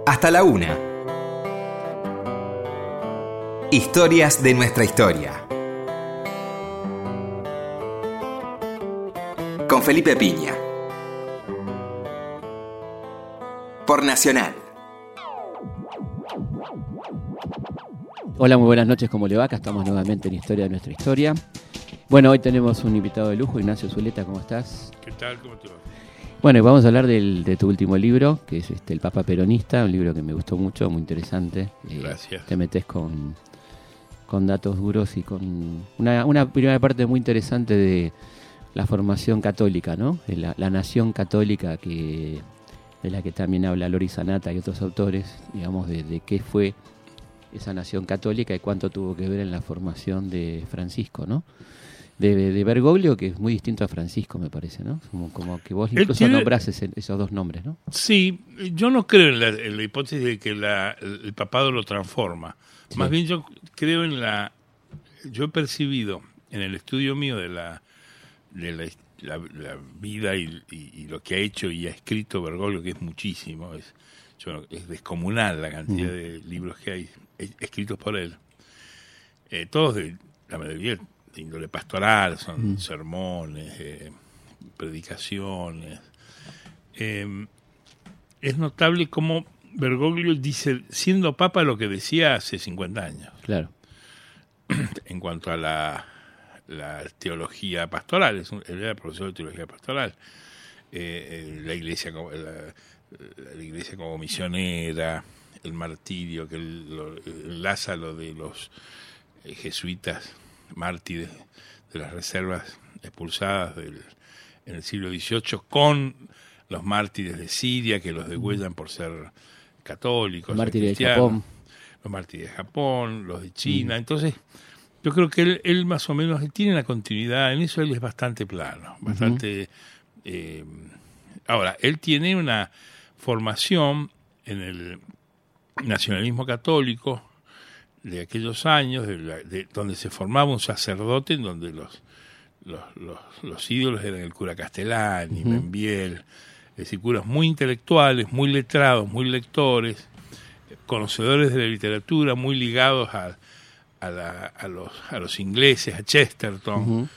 hasta la 1. Historias de nuestra historia. Con Felipe Piña. Por Nacional. Hola, muy buenas noches, ¿cómo le va? Acá estamos nuevamente en Historia de nuestra historia. Bueno, hoy tenemos un invitado de lujo, Ignacio Zuleta, ¿cómo estás? ¿Qué tal? ¿Cómo te va? Bueno, vamos a hablar de tu último libro, que es El Papa Peronista, un libro que me gustó mucho, muy interesante. Gracias. Te metes con datos duros y con una primera parte muy interesante de la formación católica, ¿no? De la nación católica de la que también habla Lori Sanata y otros autores, digamos, de qué fue esa nación católica y cuánto tuvo que ver en la formación de Francisco, ¿no? De Bergoglio, que es muy distinto a Francisco, me parece, ¿no? Como que vos incluso nombrás esos dos nombres, ¿no? Sí, yo no creo en la hipótesis de que el papado lo transforma. Sí. Más bien yo creo yo he percibido en el estudio mío de la vida y lo que ha hecho y ha escrito Bergoglio, que es muchísimo, es descomunal la cantidad de libros que hay escritos por él. Todos de la mayoría de índole pastoral, son sermones, predicaciones. Es notable cómo Bergoglio dice, siendo papa, lo que decía hace 50 años. Claro. En cuanto a la teología pastoral, él era profesor de teología pastoral. La iglesia como misionera, el martirio, que enlaza lo de los jesuitas mártires de las reservas expulsadas en el siglo XVIII con los mártires de Siria, que los degüellan por ser católicos, los mártires de Japón, los de China. Entonces yo creo que él más o menos tiene la continuidad, en eso él es bastante plano, bastante... Ahora, él tiene una formación en el nacionalismo católico de aquellos años, donde se formaba un sacerdote, en donde los ídolos eran el cura Castellani, Membiel, es decir, curas muy intelectuales, muy letrados, muy lectores, conocedores de la literatura, muy ligados a los ingleses, a Chesterton,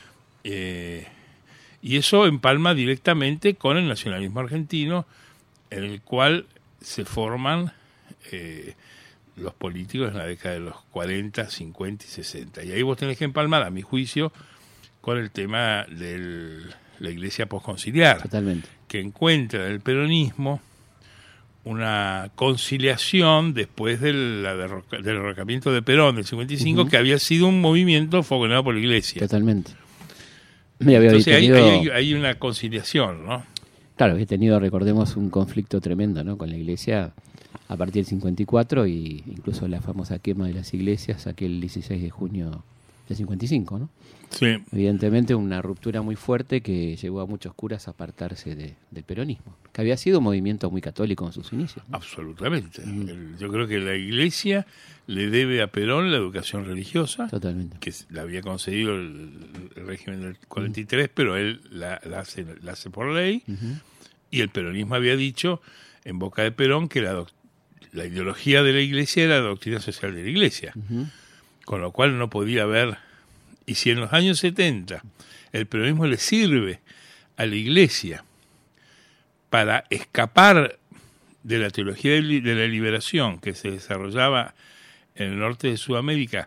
y eso empalma directamente con el nacionalismo argentino, en el cual se forman los políticos en la década de los 40, 50 y 60. Y ahí vos tenés que empalmar, a mi juicio, con el tema de la iglesia posconciliar. Totalmente. Que encuentra en el peronismo una conciliación después del derrocamiento de Perón del 55, que había sido un movimiento fogoneado por la iglesia. Totalmente. Entonces hay una conciliación, ¿no? Claro, había tenido, recordemos, un conflicto tremendo, ¿no? Con la iglesia a partir del 54 y incluso la famosa quema de las iglesias aquel 16 de junio del 55, ¿no? Sí. Evidentemente una ruptura muy fuerte que llevó a muchos curas a apartarse del peronismo, que había sido un movimiento muy católico en sus inicios, ¿no? Absolutamente. Yo creo que la iglesia le debe a Perón la educación religiosa. Totalmente. Que la había concedido el régimen del 43, pero él la hace por ley. Y el peronismo había dicho, en boca de Perón, que la ideología de la iglesia era la doctrina social de la iglesia. Con lo cual no podía haber... Y si en los años 70 el peronismo le sirve a la iglesia para escapar de la teología de la liberación que se desarrollaba en el norte de Sudamérica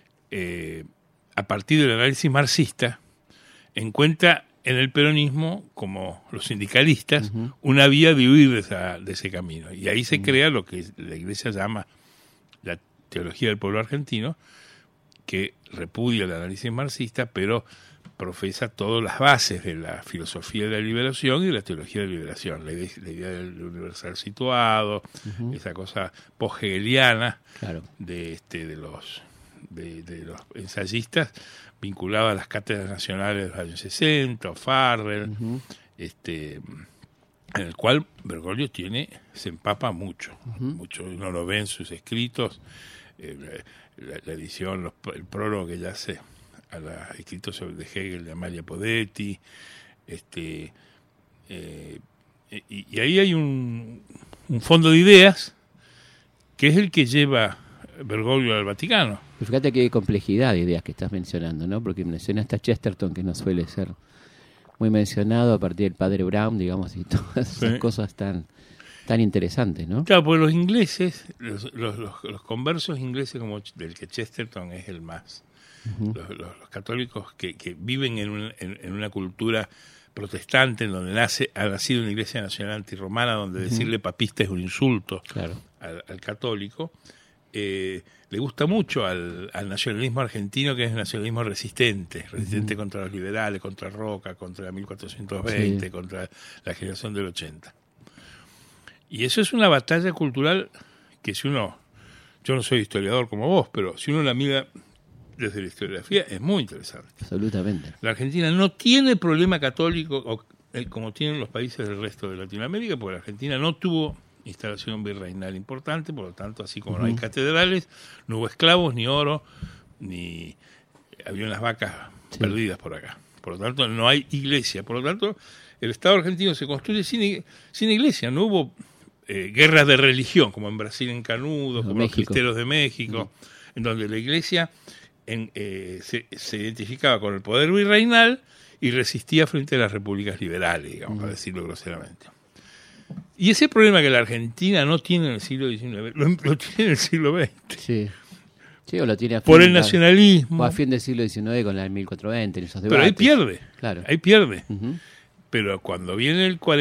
a partir del análisis marxista, encuentra en el peronismo, como los sindicalistas, una vía de huir de ese camino. Y ahí se crea lo que la iglesia llama la teología del pueblo argentino, que repudia el análisis marxista, pero profesa todas las bases de la filosofía de la liberación y de la teología de la liberación, la idea del universal situado, esa cosa post-hegeliana, claro, de los ensayistas vinculada a las cátedras nacionales de los años 60, o Farrell, en el cual Bergoglio se empapa mucho, uno lo ve en sus escritos, la edición, el prólogo que ella hace a los escritos de Hegel de Amalia Podetti, y ahí hay un fondo de ideas que es el que lleva Bergoglio al Vaticano. Pero fíjate qué complejidad de ideas que estás mencionando, ¿no? Porque mencionaste a Chesterton, que no suele ser muy mencionado a partir del padre Brown, digamos, y todas esas cosas tan interesantes, ¿no? Claro, porque los ingleses, los conversos ingleses, como del que Chesterton es el más, los católicos que viven en una cultura protestante, en donde ha nacido una iglesia nacional antirromana, donde decirle papista es un insulto al católico, le gusta mucho al nacionalismo argentino, que es el nacionalismo resistente contra los liberales, contra Roca, contra 1420, contra la generación del 80. Y eso es una batalla cultural que yo no soy historiador como vos, pero si uno la mira desde la historiografía, es muy interesante. Absolutamente. La Argentina no tiene problema católico como tienen los países del resto de Latinoamérica, porque la Argentina no tuvo instalación virreinal importante, por lo tanto, así como no hay catedrales, no hubo esclavos, ni oro, ni había unas vacas perdidas por acá. Por lo tanto, no hay iglesia. Por lo tanto, el Estado argentino se construye sin iglesia. No hubo guerras de religión, como en Brasil en Canudos, como los cristeros de México, en donde la iglesia se identificaba con el poder virreinal y resistía frente a las repúblicas liberales, digamos, para decirlo groseramente. Y ese problema que la Argentina no tiene en el siglo XIX, lo tiene en el siglo XX. Sí, o lo tiene por el nacionalismo. O a fin del siglo XIX con la del 1420, en esos debates. Pero ahí pierde. Claro. Ahí pierde. Pero cuando viene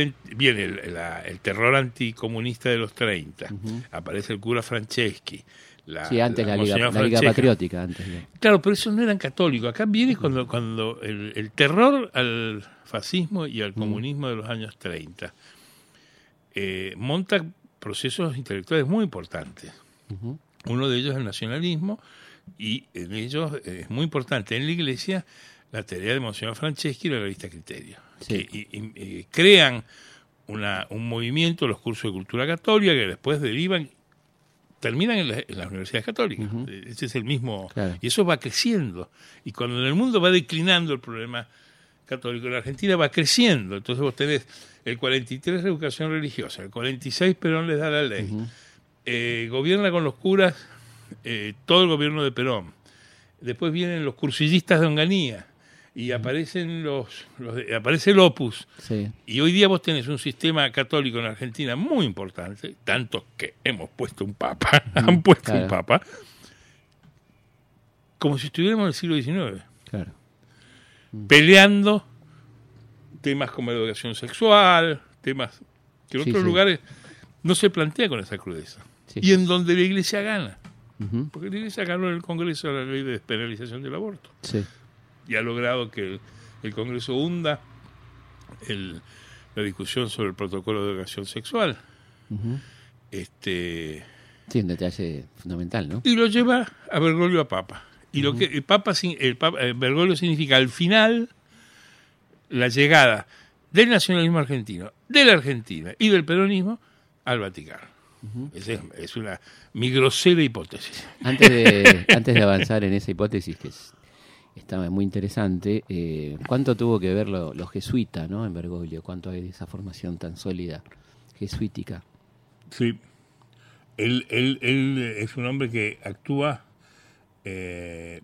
el terror anticomunista de los 30, aparece el cura Franceschi, antes la Liga Patriótica. Antes. Claro, pero esos no eran católicos. Acá viene cuando el terror al fascismo y al comunismo de los años 30 monta procesos intelectuales muy importantes. Uno de ellos es el nacionalismo, y en ellos es muy importante en la Iglesia la teoría de Monseñor Franceschi y la revista Criterio, que crean un movimiento, los cursos de cultura católica, que después terminan en las universidades católicas. Ese es el mismo, y eso va creciendo. Y cuando en el mundo va declinando el problema católico, la Argentina va creciendo. Entonces vos tenés el 43 de educación religiosa, el 46 Perón les da la ley, gobierna con los curas todo el gobierno de Perón. Después vienen los cursillistas de Onganía y aparece el Opus. Y hoy día vos tenés un sistema católico en Argentina muy importante, tanto que hemos puesto un papa, han puesto un papa, como si estuviéramos en el siglo XIX. Peleando temas como la educación sexual, temas que en otros lugares no se plantea con esa crudeza. Y en donde la Iglesia gana. Porque la Iglesia ganó en el Congreso la ley de despenalización del aborto. Y ha logrado que el Congreso hunda la discusión sobre el protocolo de educación sexual. Sí, un detalle fundamental, ¿no? Y lo lleva a Bergoglio a Papa. Y lo que el Papa Bergoglio significa al final la llegada del nacionalismo argentino, de la Argentina y del peronismo al Vaticano. Es mi grosera hipótesis. Antes de avanzar en esa hipótesis, que estaba muy interesante, ¿cuánto tuvo que ver los jesuitas, ¿no? En Bergoglio? ¿Cuánto hay de esa formación tan sólida jesuítica? Sí. Él es un hombre que actúa en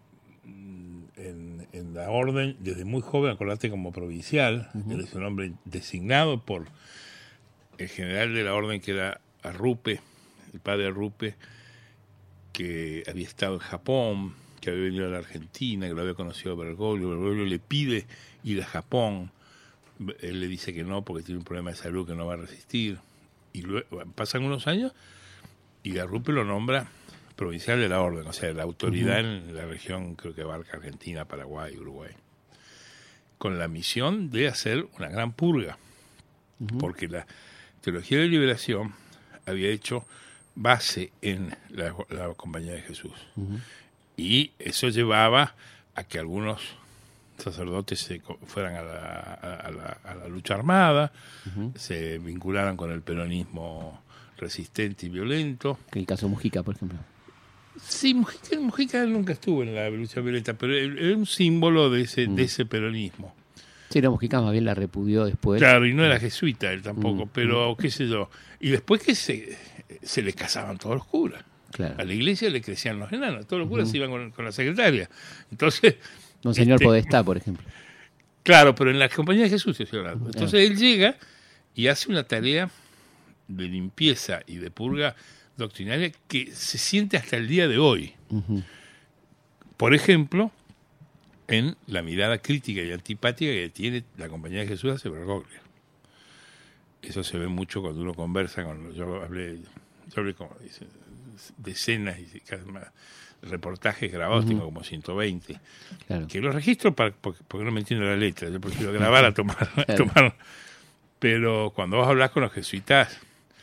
la orden desde muy joven, acordate, como provincial. Él es un hombre designado por el general de la orden, que era Arrupe, el padre Arrupe, que había estado en Japón, que había venido a la Argentina, que lo había conocido Bergoglio. Bergoglio le pide ir a Japón. Él le dice que no, porque tiene un problema de salud que no va a resistir. Y luego pasan unos años y Arrupe lo nombra provincial de la orden, o sea, la autoridad en la región, creo que abarca Argentina, Paraguay, Uruguay, con la misión de hacer una gran purga, porque la teología de liberación había hecho base en la Compañía de Jesús, y eso llevaba a que algunos sacerdotes se fueran a la lucha armada, se vincularan con el peronismo resistente y violento. El caso Mujica, por ejemplo. Sí, Mujica nunca estuvo en la lucha violenta, pero era un símbolo de ese peronismo. Sí, no, Mujica más bien la repudió después. Claro, y no era jesuita él tampoco, pero qué sé yo. Y después que se se le casaban todos los curas. Claro. A la iglesia le crecían los enanos, todos los curas se iban con la secretaria. Entonces, Monseñor Podestá, por ejemplo. claro, pero en la Compañía de Jesús estoy hablando. Entonces él llega y hace una tarea de limpieza y de purga doctrinaria que se siente hasta el día de hoy. Ujú. Por ejemplo, en la mirada crítica y antipática que tiene la Compañía de Jesús hacia Bergoglio. Eso se ve mucho cuando uno conversa con... Yo hablé como decenas y casi más reportajes grabados, tengo como 120, Claro. que los registro porque no me entiendo la letra, yo prefiero grabar a tomar. Pero cuando vos hablás con los jesuitas,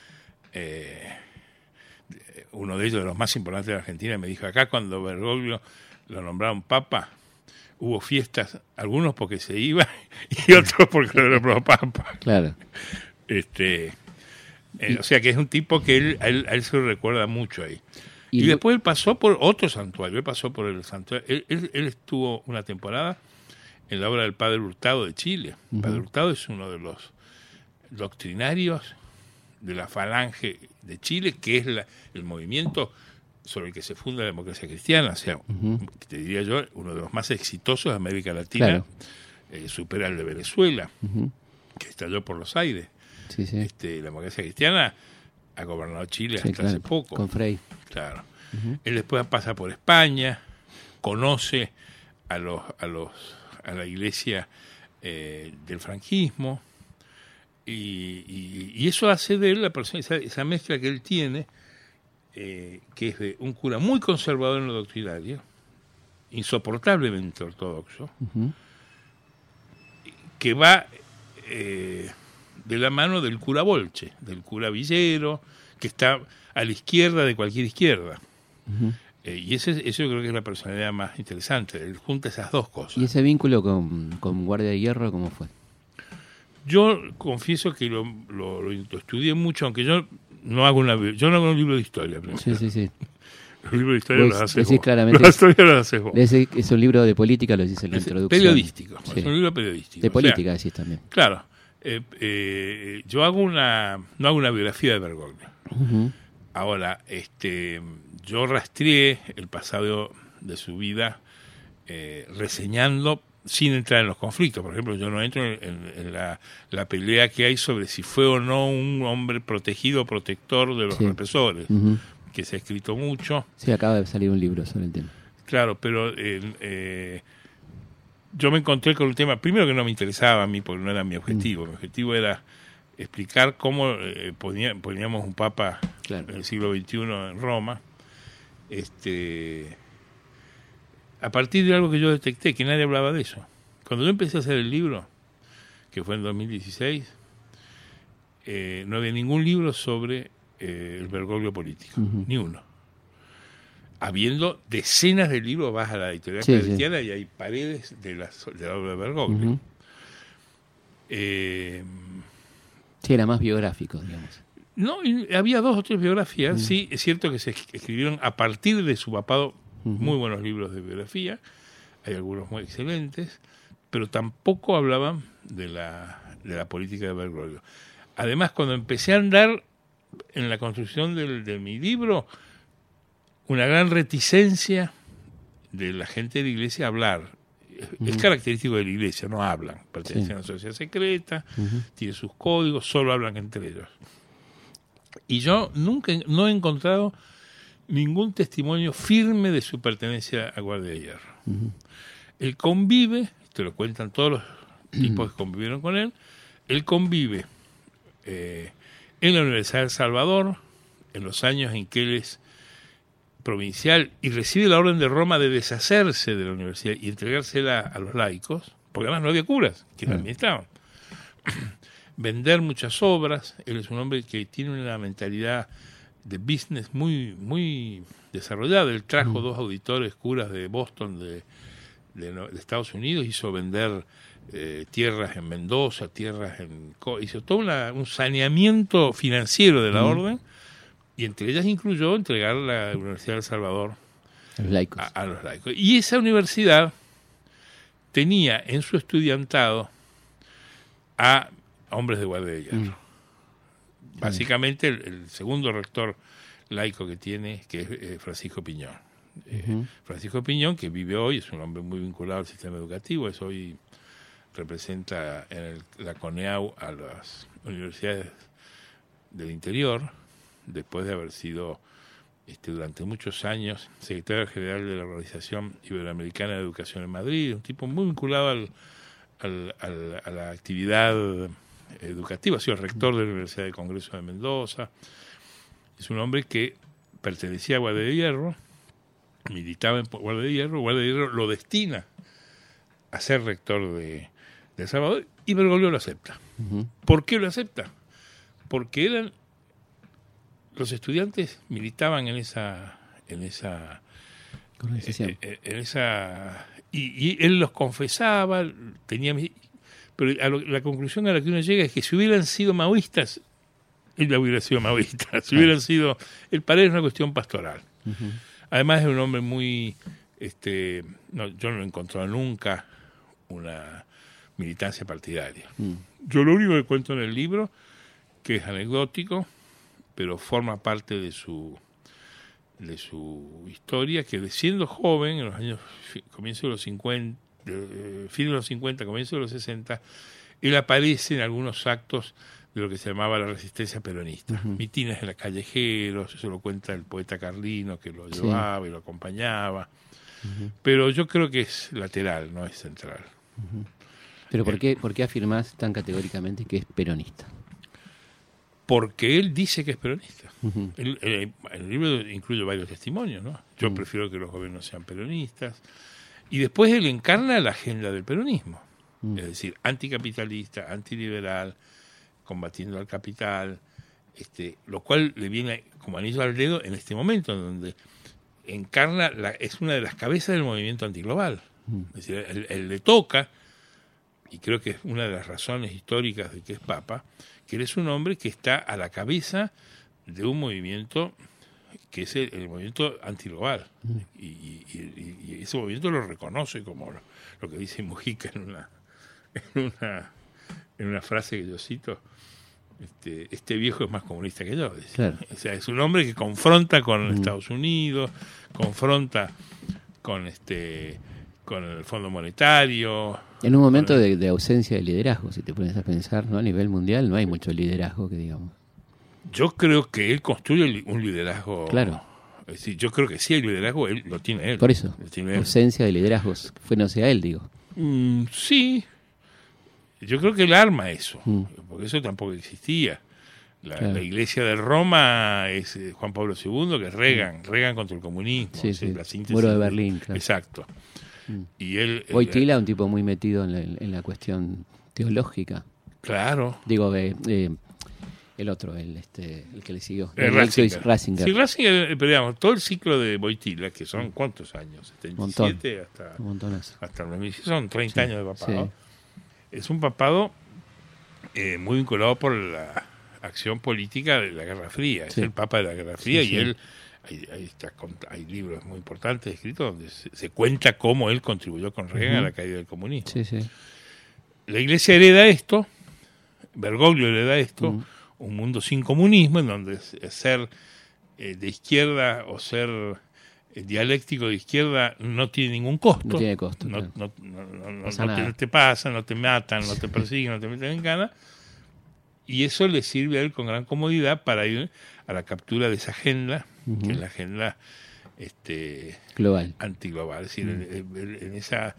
uno de ellos, de los más importantes de la Argentina, me dijo, acá cuando Bergoglio lo nombraron papa, hubo fiestas, algunos porque se iba y otros porque lo nombró papa. Claro. O sea que es un tipo que a él se lo recuerda mucho ahí. Y Y después él pasó por otro santuario, él pasó por el santuario. Él estuvo una temporada en la obra del Padre Hurtado de Chile. Padre Hurtado es uno de los doctrinarios de la Falange de Chile, que es el movimiento sobre el que se funda la democracia cristiana. O sea, te diría yo, uno de los más exitosos de América Latina. Claro. Supera el de Venezuela, que estalló por los aires. Sí, sí. La democracia cristiana ha gobernado Chile Sí, hasta claro. hace poco. Con Frei. Claro. Él después pasa por España, conoce a la iglesia del franquismo y eso hace de él la persona, esa mezcla que él tiene, que es de un cura muy conservador en lo doctrinario, insoportablemente ortodoxo, que va de la mano del cura Bolche, del cura Villero, que está a la izquierda de cualquier izquierda. Y eso yo creo que es la personalidad más interesante. Él junta esas dos cosas. ¿Y ese vínculo con Guardia de Hierro cómo fue? Yo confieso que lo estudié mucho, aunque yo no hago un libro de historia. Sí. Los libros de historia Vos los haces decís vos. claramente- Los historias los haces vos. Es un libro de política, lo dice en la introducción. Periodístico. Sí. Es un libro periodístico. De O sea, política decís también. claro. Yo no hago una biografía de Bergoglio. Ahora, yo rastreé el pasado de su vida reseñando sin entrar en los conflictos. Por ejemplo, yo no entro en la pelea que hay sobre si fue o no un hombre protegido o protector de los represores, que se ha escrito mucho. Sí, acaba de salir un libro sobre el tema. Claro, pero yo me encontré con un tema, primero que no me interesaba a mí, porque no era mi objetivo. Mi objetivo era explicar cómo poníamos un papa en el siglo XXI en Roma, a partir de algo que yo detecté, que nadie hablaba de eso. Cuando yo empecé a hacer el libro, que fue en 2016, no había ningún libro sobre el Bergoglio político, ni uno. Habiendo decenas de libros, vas a la editorial cristiana y hay paredes de la obra de Bergoglio. Sí, era más biográfico, digamos. No, y había 2 o 3 biografías. Sí, es cierto que se escribieron a partir de su papado muy buenos libros de biografía. Hay algunos muy excelentes, pero tampoco hablaban de la política de Bergoglio. Además, cuando empecé a andar en la construcción de mi libro, una gran reticencia de la gente de la iglesia a hablar. Es característico de la iglesia, no hablan. Pertenecen a una sociedad secreta, tiene sus códigos, solo hablan entre ellos. Y yo no he encontrado ningún testimonio firme de su pertenencia a Guardia de Hierro. Él convive, te lo cuentan todos los tipos que convivieron con él convive en la Universidad de El Salvador, en los años en que él es provincial y recibe la orden de Roma de deshacerse de la universidad y entregársela a los laicos, porque además no había curas que la administraban. Vender muchas obras. Él es un hombre que tiene una mentalidad de business muy, muy desarrollada. Él trajo 2 auditores curas de Boston, de Estados Unidos, hizo vender tierras en Mendoza, hizo todo un saneamiento financiero de la orden, y entre ellas incluyó entregar la Universidad de El Salvador a los laicos. Y esa universidad tenía en su estudiantado a hombres de Guardia de Hierro. básicamente el segundo rector laico que tiene, que es Francisco Piñón. Francisco Piñón, que vive hoy, es un hombre muy vinculado al sistema educativo, representa en la CONEAU a las universidades del interior, después de haber sido durante muchos años secretario general de la Organización Iberoamericana de Educación en Madrid, un tipo muy vinculado a la actividad educativa, ha sido rector de la Universidad del Congreso de Mendoza. Es un hombre que pertenecía a Guardia de Hierro, militaba en Guardia de Hierro lo destina a ser rector de El Salvador, y Bergoglio lo acepta. ¿Por qué lo acepta? Porque los estudiantes militaban en esa organización. Y él los confesaba, pero la conclusión a la que uno llega es que si hubieran sido maoístas, él hubiera sido maoísta. Si hubieran sido, para él es una cuestión pastoral. Además es un hombre muy, yo no he encontrado nunca una militancia partidaria. Yo lo único que cuento en el libro, que es anecdótico, pero forma parte de su historia, que siendo joven, en los años comienzo de los 50, fin de los 50, comienzo de los 60, él aparece en algunos actos de lo que se llamaba la resistencia peronista. Mitines en las callejeros, eso lo cuenta el poeta Carlino, que lo llevaba y lo acompañaba. Pero yo creo que es lateral, no es central. ¿Pero por qué afirmás tan categóricamente que es peronista? Porque él dice que es peronista. El libro incluye varios testimonios, ¿no? Yo prefiero que los gobiernos sean peronistas. Y después él encarna la agenda del peronismo. Es decir, anticapitalista, antiliberal, combatiendo al capital, lo cual le viene como anillo al dedo en este momento, en donde encarna, es una de las cabezas del movimiento antiglobal. Es decir, él le toca, y creo que es una de las razones históricas de que es papa, que él es un hombre que está a la cabeza de un movimiento que es el movimiento antiglobal. Y ese movimiento lo reconoce como lo que dice Mujica en una frase que yo cito, este viejo es más comunista que yo. Claro. O sea, es un hombre que confronta con Estados Unidos, confronta con el Fondo Monetario. En un momento de ausencia de liderazgo, si te pones a pensar, ¿no? A nivel mundial no hay mucho liderazgo que digamos. Yo creo que él construye un liderazgo. Claro. Es decir, yo creo que sí hay liderazgo, él lo tiene él. Por eso, ausencia de liderazgos, no sea él, digo. Sí, yo creo que él arma eso, porque eso tampoco existía. La iglesia de Roma es Juan Pablo II, que es Reagan contra el comunismo. Sí, La síntesis Muro de Berlín. Claro. Exacto. Y él, Wojtyla, un tipo muy metido en la cuestión teológica. Claro. Digo, el otro, el que le siguió. Ratzinger. Sí, Ratzinger, pero digamos, todo el ciclo de Wojtyla, que son ¿cuántos años? 77 hasta el 2016, son 30 años de papado. Sí. Es un papado muy vinculado por la acción política de la Guerra Fría. Es el papa de la Guerra Fría y él... Hay libros muy importantes escritos donde se cuenta cómo él contribuyó con Reagan a la caída del comunismo. La Iglesia hereda esto, Bergoglio hereda esto, un mundo sin comunismo, en donde ser de izquierda o ser dialéctico de izquierda no tiene ningún costo. No tiene costo. No te pasan, no te matan, no te persiguen, no te meten en cana. Y eso le sirve a él con gran comodidad para ir a la captura de esa agenda, que es la agenda global, antiglobal. Es decir, en esa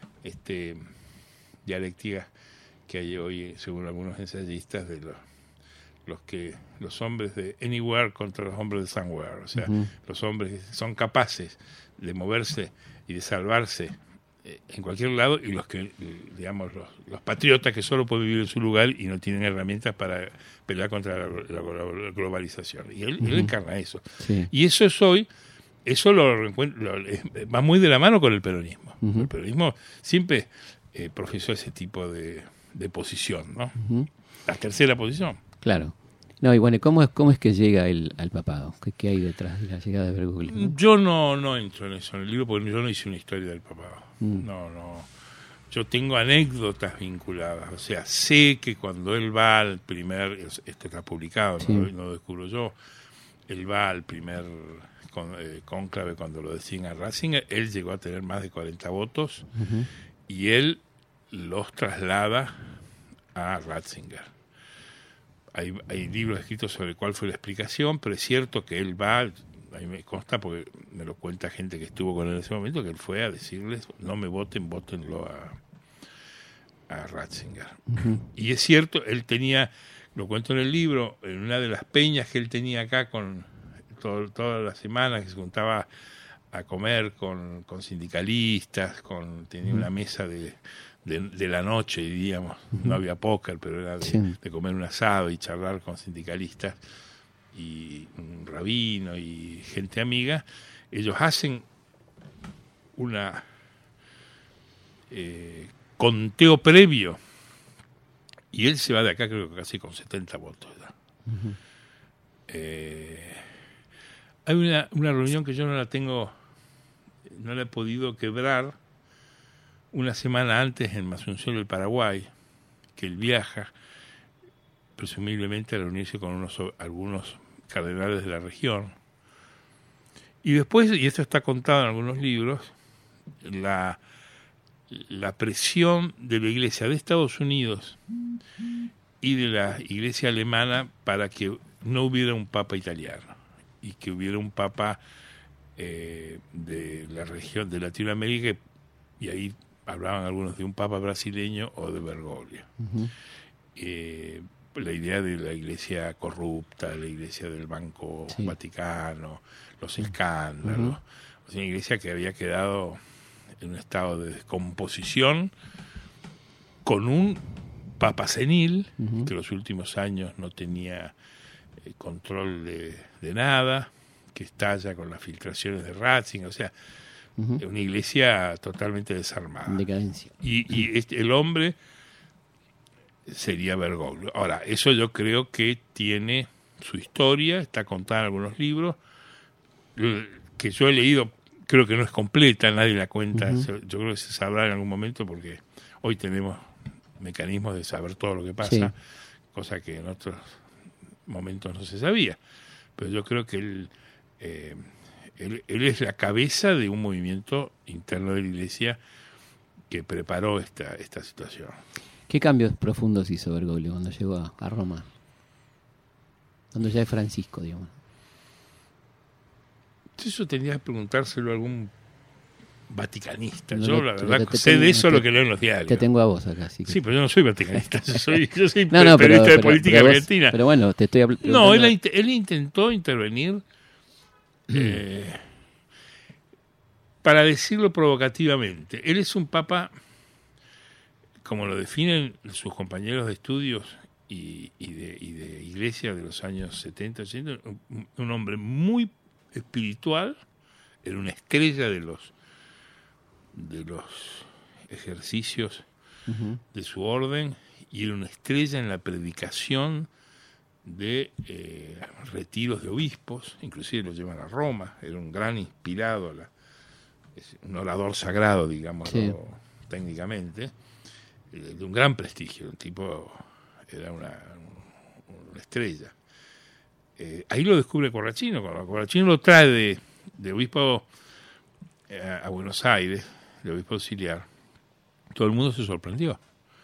dialéctica que hay hoy, según algunos ensayistas, de los hombres de anywhere contra los hombres de somewhere. O sea, los hombres que son capaces de moverse y de salvarse en cualquier lado, y los que, digamos, los patriotas que solo pueden vivir en su lugar y no tienen herramientas para pelear contra la globalización. Y él encarna eso. Sí. Y eso es hoy, eso va muy de la mano con el peronismo. El peronismo siempre profesó ese tipo de posición, ¿no? La tercera posición. Claro. No, y bueno, ¿cómo es que llega él al papado? ¿Qué hay detrás de la llegada de Bergoglio? Yo no entro en eso en el libro, porque yo no hice una historia del papado. No. yo tengo anécdotas vinculadas, o sea, sé que cuando él va al primer, esto está publicado, Sí. no lo descubro yo, él va al primer cónclave cuando lo designa Ratzinger, él llegó a tener más de 40 votos y él los traslada a Ratzinger. Hay libros escritos sobre cuál fue la explicación, pero es cierto que él va, a mí me consta porque me lo cuenta gente que estuvo con él en ese momento, que él fue a decirles, no me voten, votenlo a Ratzinger. Y es cierto, él tenía, lo cuento en el libro, en una de las peñas que él tenía acá con todas las semanas, que se juntaba a comer con sindicalistas, tenía una mesa de la noche, diríamos, no había póker, pero era de comer un asado y charlar con sindicalistas y un rabino y gente amiga. Ellos hacen una conteo previo y él se va de acá creo que casi con 70 votos. Hay una reunión que yo no la he podido quebrar, una semana antes en Asunción del Paraguay, que él viaja, presumiblemente a reunirse con algunos cardenales de la región. Y después, y esto está contado en algunos libros, la presión de la Iglesia de Estados Unidos y de la Iglesia alemana para que no hubiera un papa italiano y que hubiera un papa de la región de Latinoamérica, y ahí hablaban algunos de un papa brasileño o de Bergoglio. La idea de la iglesia corrupta, la iglesia del Banco Vaticano, los escándalos, o sea, una iglesia que había quedado en un estado de descomposición con un papa senil que en los últimos años no tenía control de nada, que estalla con las filtraciones de Ratzinger, o sea, una iglesia totalmente desarmada. Decadencia. Y el hombre sería Bergoglio. Ahora, eso yo creo que tiene su historia, está contada en algunos libros, que yo he leído, creo que no es completa, nadie la cuenta, yo creo que se sabrá en algún momento porque hoy tenemos mecanismos de saber todo lo que pasa, cosa que en otros momentos no se sabía. Pero yo creo que él es la cabeza de un movimiento interno de la Iglesia que preparó esta situación. ¿Qué cambios profundos hizo Bergoglio cuando llegó a Roma? Cuando ya es Francisco, digamos. Eso tendría que preguntárselo a algún vaticanista. No, yo, la verdad, sé de eso lo que leo en los diarios. Te tengo a vos acá. Así que... Sí, pero yo no soy vaticanista. Yo soy periodista de política argentina. Pero bueno, te estoy hablando. No, él intentó intervenir, para decirlo provocativamente. Él es un papa, como lo definen sus compañeros de estudios y de iglesia de los años 70, 80, un hombre muy espiritual, era una estrella de los ejercicios de su orden, y era una estrella en la predicación de retiros de obispos, inclusive lo llevan a Roma, era un gran inspirado, un orador sagrado, digamos, técnicamente, de un gran prestigio, un tipo, era una estrella. Ahí lo descubre Corrachino. Cuando Corrachino lo trae de obispo a Buenos Aires, de obispo auxiliar, todo el mundo se sorprendió.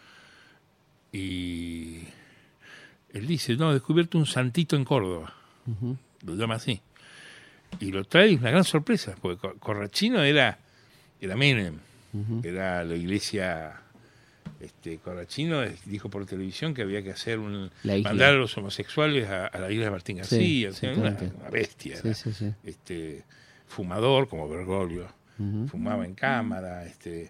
Y él dice, no, he descubierto un santito en Córdoba. Lo llama así. Y lo trae, es una gran sorpresa, porque Corrachino era Menem, era la iglesia... Corrachino dijo por televisión que había que hacer mandar a los homosexuales a la isla de Martín García, una bestia, fumador como Bergoglio, fumaba en cámara,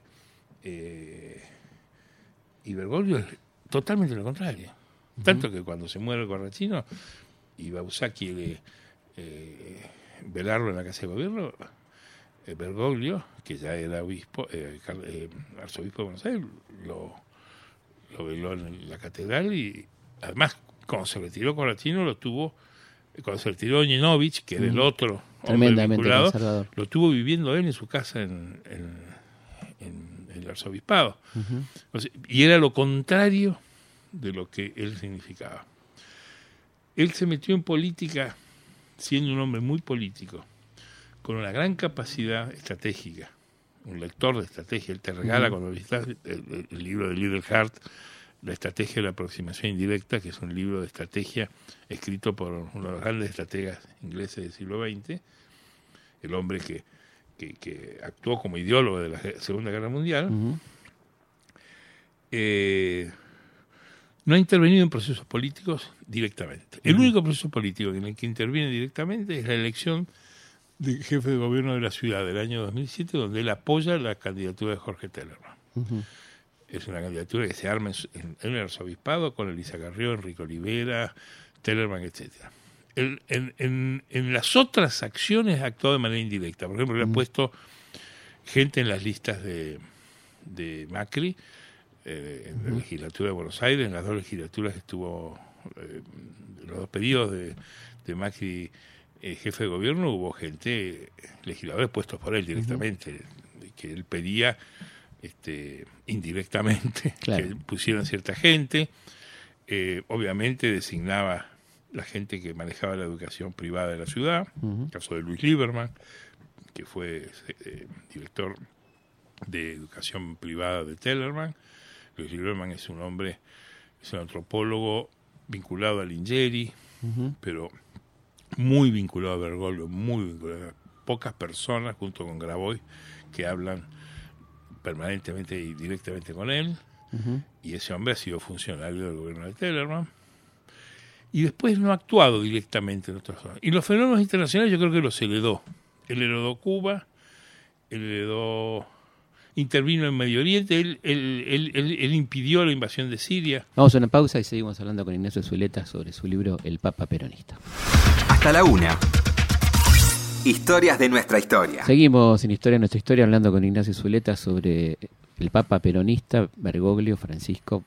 y Bergoglio es totalmente lo contrario, tanto que cuando se muere Corrachino y Bausacchi velarlo en la Casa de Gobierno, Bergoglio, que ya era obispo, arzobispo de Buenos Aires, lo veló en la catedral, y además cuando se retiró Corrachino cuando se retiró Oñenovich, que era el otro hombre vinculado, lo tuvo viviendo él en su casa en el arzobispado. Y era lo contrario de lo que él significaba. Él se metió en política siendo un hombre muy político, con una gran capacidad estratégica, un lector de estrategia. Él te regala, cuando visitas el libro de Liederhart, La estrategia de la aproximación indirecta, que es un libro de estrategia escrito por uno de los grandes estrategas ingleses del siglo XX, el hombre que actuó como ideólogo de la Segunda Guerra Mundial. No ha intervenido en procesos políticos directamente. El único proceso político en el que interviene directamente es la elección del jefe de gobierno de la ciudad del año 2007, donde él apoya la candidatura de Jorge Tellerman. Es una candidatura que se arma en el arzobispado con Elisa Carrió, Enrique Olivera, Tellerman, etcétera. En las otras acciones ha actuado de manera indirecta. Por ejemplo, le ha puesto gente en las listas de Macri, en la legislatura de Buenos Aires, en las dos legislaturas que estuvo, los dos periodos de Macri jefe de gobierno, hubo gente, legisladores puestos por él directamente, que él pedía indirectamente, claro, que pusieran cierta gente. Obviamente designaba la gente que manejaba la educación privada de la ciudad, el caso de Luis Lieberman, que fue director de educación privada de Tellerman. Luis Lieberman es un hombre, es un antropólogo vinculado a Lingeri, pero muy vinculado a Bergoglio, muy vinculado a pocas personas, junto con Grabois, que hablan permanentemente y directamente con él, y ese hombre ha sido funcionario del gobierno de Tellerman, y después no ha actuado directamente en otras zonas. Y los fenómenos internacionales yo creo que los heredó. Él heredó Cuba, él heredó... intervino en Medio Oriente, él impidió la invasión de Siria. Vamos a una pausa y seguimos hablando con Ignacio Zuleta sobre su libro El Papa Peronista. Hasta la 1. Historias de nuestra historia. Seguimos en Historia de nuestra historia hablando con Ignacio Zuleta sobre el Papa Peronista, Bergoglio, Francisco.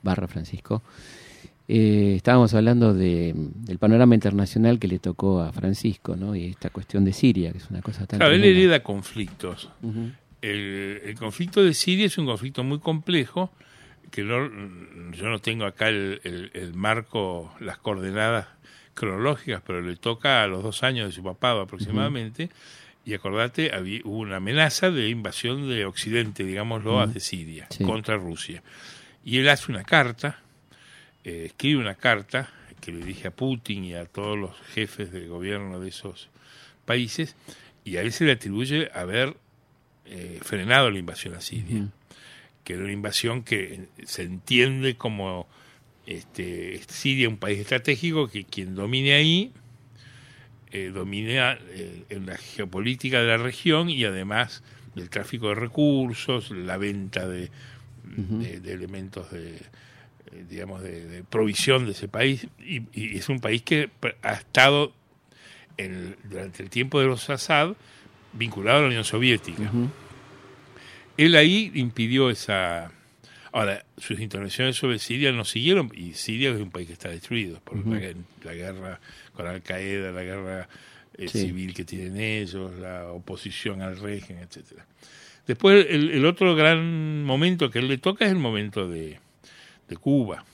Estábamos hablando del panorama internacional que le tocó a Francisco, ¿no? Y esta cuestión de Siria, que es una cosa tan... Claro, él hereda conflictos. El conflicto de Siria es un conflicto muy complejo, que yo no tengo acá el marco, las coordenadas cronológicas, pero le toca a los 2 años de su papado aproximadamente, y acordate, hubo una amenaza de invasión de Occidente, digámoslo, de Siria, contra Rusia. Y él hace una carta, escribe una carta que le dirige a Putin y a todos los jefes de gobierno de esos países, y a él se le atribuye haber frenado la invasión a Siria, que era una invasión que se entiende como Siria, un país estratégico, que quien domine ahí domina en la geopolítica de la región y además del tráfico de recursos, la venta de elementos de provisión de ese país, y es un país que ha estado durante el tiempo de los Assad vinculado a la Unión Soviética. Él ahí impidió esa... Ahora, sus intervenciones sobre Siria no siguieron, y Siria es un país que está destruido por la guerra con Al-Qaeda, la guerra civil que tienen ellos, la oposición al régimen, etcétera. Después, el otro gran momento que él le toca es el momento de Cuba.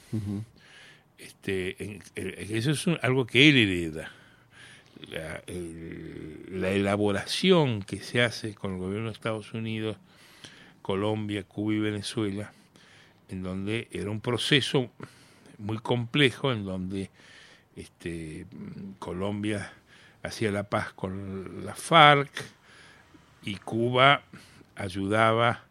Eso es algo que él hereda. La elaboración que se hace con el gobierno de Estados Unidos, Colombia, Cuba y Venezuela, en donde era un proceso muy complejo, en donde Colombia hacía la paz con la FARC y Cuba ayudaba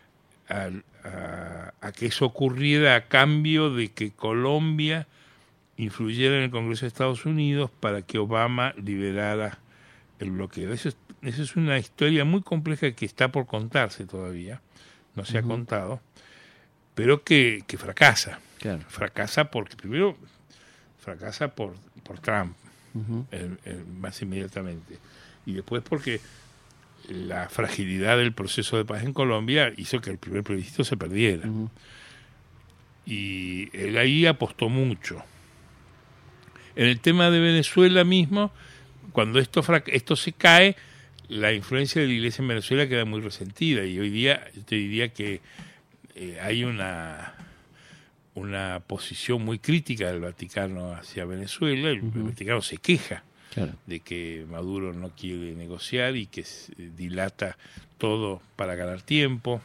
a que eso ocurriera a cambio de que Colombia influyera en el Congreso de Estados Unidos para que Obama liberara el bloqueo. Eso es una historia muy compleja que está por contarse todavía, no se ha contado, pero que fracasa. Claro. Fracasa porque primero fracasa por Trump, más inmediatamente, y después porque la fragilidad del proceso de paz en Colombia hizo que el primer plebiscito se perdiera. Y él ahí apostó mucho. En el tema de Venezuela mismo, cuando esto se cae, la influencia de la Iglesia en Venezuela queda muy resentida, y hoy día yo te diría que hay una posición muy crítica del Vaticano hacia Venezuela. El Vaticano se queja de que Maduro no quiere negociar y que dilata todo para ganar tiempo.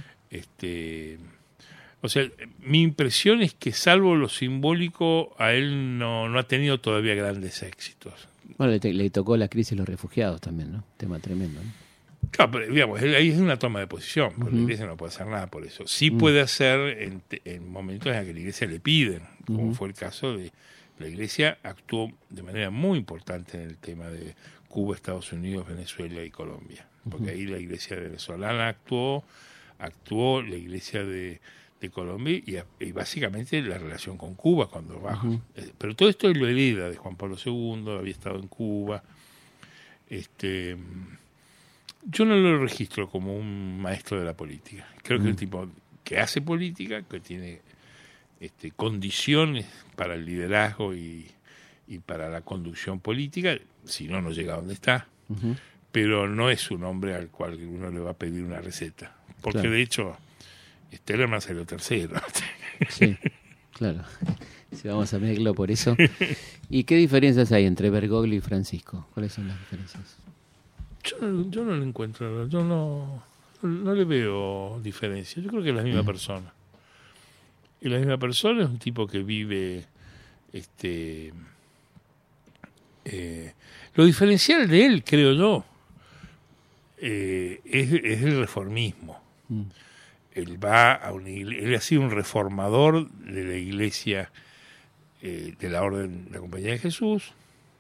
O sea, mi impresión es que, salvo lo simbólico, a él no ha tenido todavía grandes éxitos. Bueno, le tocó la crisis de los refugiados también, ¿no? Tema tremendo, ¿no? Claro, pero digamos, ahí es una toma de posición, porque la Iglesia no puede hacer nada por eso. Sí puede hacer en momentos en que la Iglesia le piden, como fue el caso de la Iglesia actuó de manera muy importante en el tema de Cuba, Estados Unidos, Venezuela y Colombia, porque ahí la Iglesia venezolana actuó la Iglesia de Colombia y básicamente la relación con Cuba cuando bajó. Pero todo esto lo hereda de Juan Pablo II, había estado en Cuba. Yo no lo registro como un maestro de la política. Creo que es un tipo que hace política, que tiene condiciones para el liderazgo y para la conducción política, si no llega a donde está. Pero no es un hombre al cual uno le va a pedir una receta. Porque de hecho, Tellerman salió tercero. Sí, claro. Si vamos a medirlo por eso. ¿Y qué diferencias hay entre Bergoglio y Francisco? ¿Cuáles son las diferencias? Yo no le encuentro, yo no le veo diferencia. Yo creo que es la misma persona. Y la misma persona es un tipo que vive lo diferencial de él, creo yo, es el reformismo. Él va a él ha sido un reformador de la Iglesia, de la Orden de la Compañía de Jesús.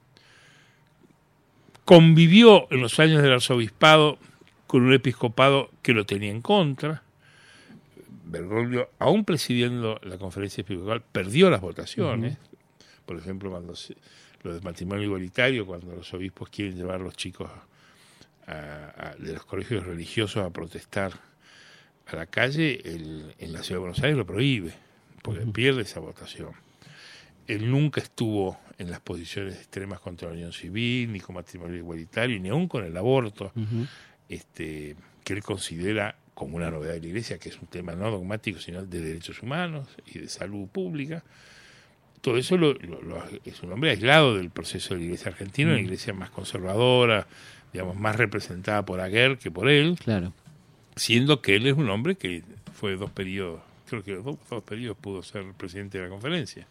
Convivió en los años del arzobispado con un episcopado que lo tenía en contra. Bergoglio, aún presidiendo la conferencia episcopal, perdió las votaciones. Por ejemplo, cuando lo del matrimonio igualitario, cuando los obispos quieren llevar a los chicos de los colegios religiosos a protestar a la calle, en la ciudad de Buenos Aires lo prohíbe, porque pierde esa votación. Él nunca estuvo en las posiciones extremas contra la unión civil, ni con matrimonio igualitario, ni aún con el aborto, que él considera como una novedad de la Iglesia, que es un tema no dogmático, sino de derechos humanos y de salud pública. Todo eso es un hombre aislado del proceso de la Iglesia argentina, una Iglesia más conservadora, digamos, más representada por Aguer que por él, siendo que él es un hombre que fue 2 periodos, creo que 2 periodos pudo ser presidente de la conferencia.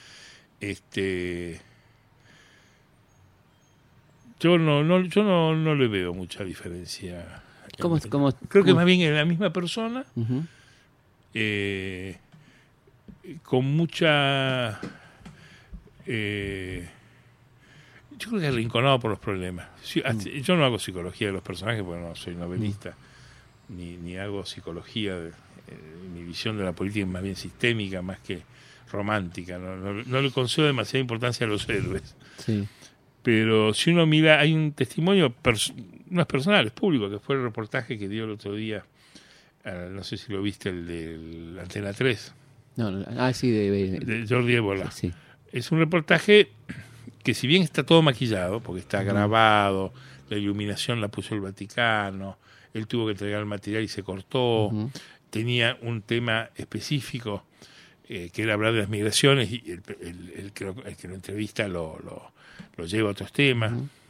Yo no le veo mucha diferencia. Creo que más bien es la misma persona, con mucha... yo creo que arrinconado por los problemas. Yo no hago psicología de los personajes porque no soy novelista, ni hago psicología. Mi visión de la política es más bien sistémica, más que romántica. No le concedo demasiada importancia a los héroes. Pero si uno mira, hay un testimonio, no es personal, es público, que fue el reportaje que dio el otro día, no sé si lo viste, el de Antena 3. Sí, de Jordi Ébola. Sí. Es un reportaje que, si bien está todo maquillado, porque está grabado, la iluminación la puso el Vaticano, él tuvo que entregar el material y se cortó, tenía un tema específico, que era hablar de las migraciones, y el que lo entrevista lo lleva a otros temas.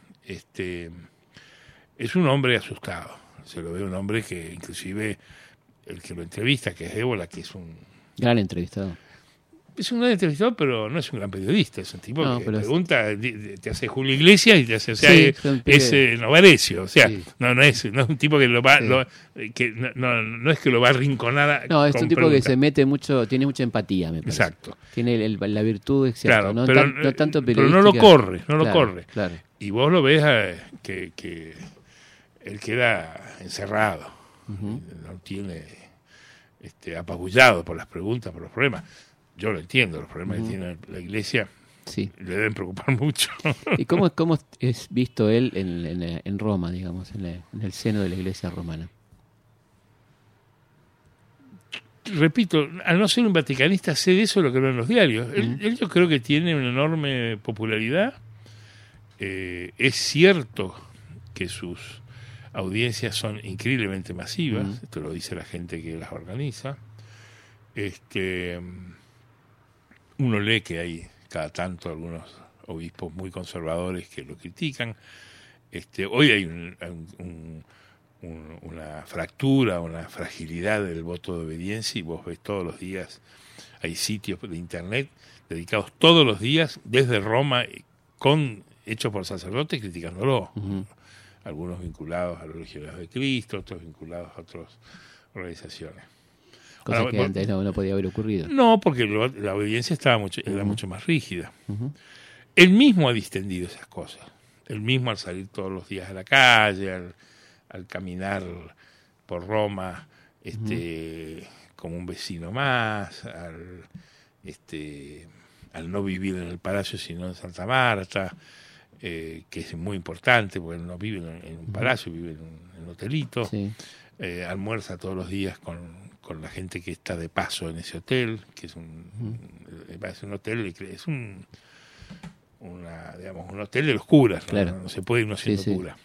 Es un hombre asustado, se lo ve un hombre que, inclusive, el que lo entrevista, que es Ébola, que es un gran entrevistado. Es un gran entrevistador, pero no es un gran periodista. Es un tipo que pregunta, te hace Julio Iglesias y te hace, es Novarecio. O sea, no es un tipo que lo va, no es que lo va a arrinconar. No, es un tipo que se mete mucho, tiene mucha empatía, me parece. Exacto. Tiene la virtud, claro, no tanto periodística. Pero no lo corre, corre. Claro. Y vos lo ves que él queda encerrado, no tiene apabullado por las preguntas, por los problemas. Yo lo entiendo, los problemas que tiene la Iglesia le deben preocupar mucho. ¿Y cómo es visto él en Roma, digamos, en el seno de la Iglesia romana? Repito, al no ser un vaticanista, sé de eso lo que veo en los diarios. Él yo creo que tiene una enorme popularidad. Es cierto que sus audiencias son increíblemente masivas, esto lo dice la gente que las organiza. Uno lee que hay cada tanto algunos obispos muy conservadores que lo critican. Hoy hay una fractura, una fragilidad del voto de obediencia, y vos ves todos los días, hay sitios de internet dedicados todos los días, desde Roma, hechos por sacerdotes criticándolo. Ujú. Algunos vinculados a los Legionarios de Cristo, otros vinculados a otras organizaciones. Cosa Ahora, que antes no podía haber ocurrido. No, porque la obediencia era mucho más rígida. Ujú. Él mismo ha distendido esas cosas. Él mismo, al salir todos los días a la calle, al caminar por Roma, como un vecino más, al no vivir en el palacio sino en Santa Marta, que es muy importante porque él no vive en un palacio, vive en un hotelito. Sí. Almuerza todos los días con la gente que está de paso en ese hotel, que es un hotel, es un hotel de los curas, ¿no? Claro. No se puede ir uno siendo Sí, sí. cura.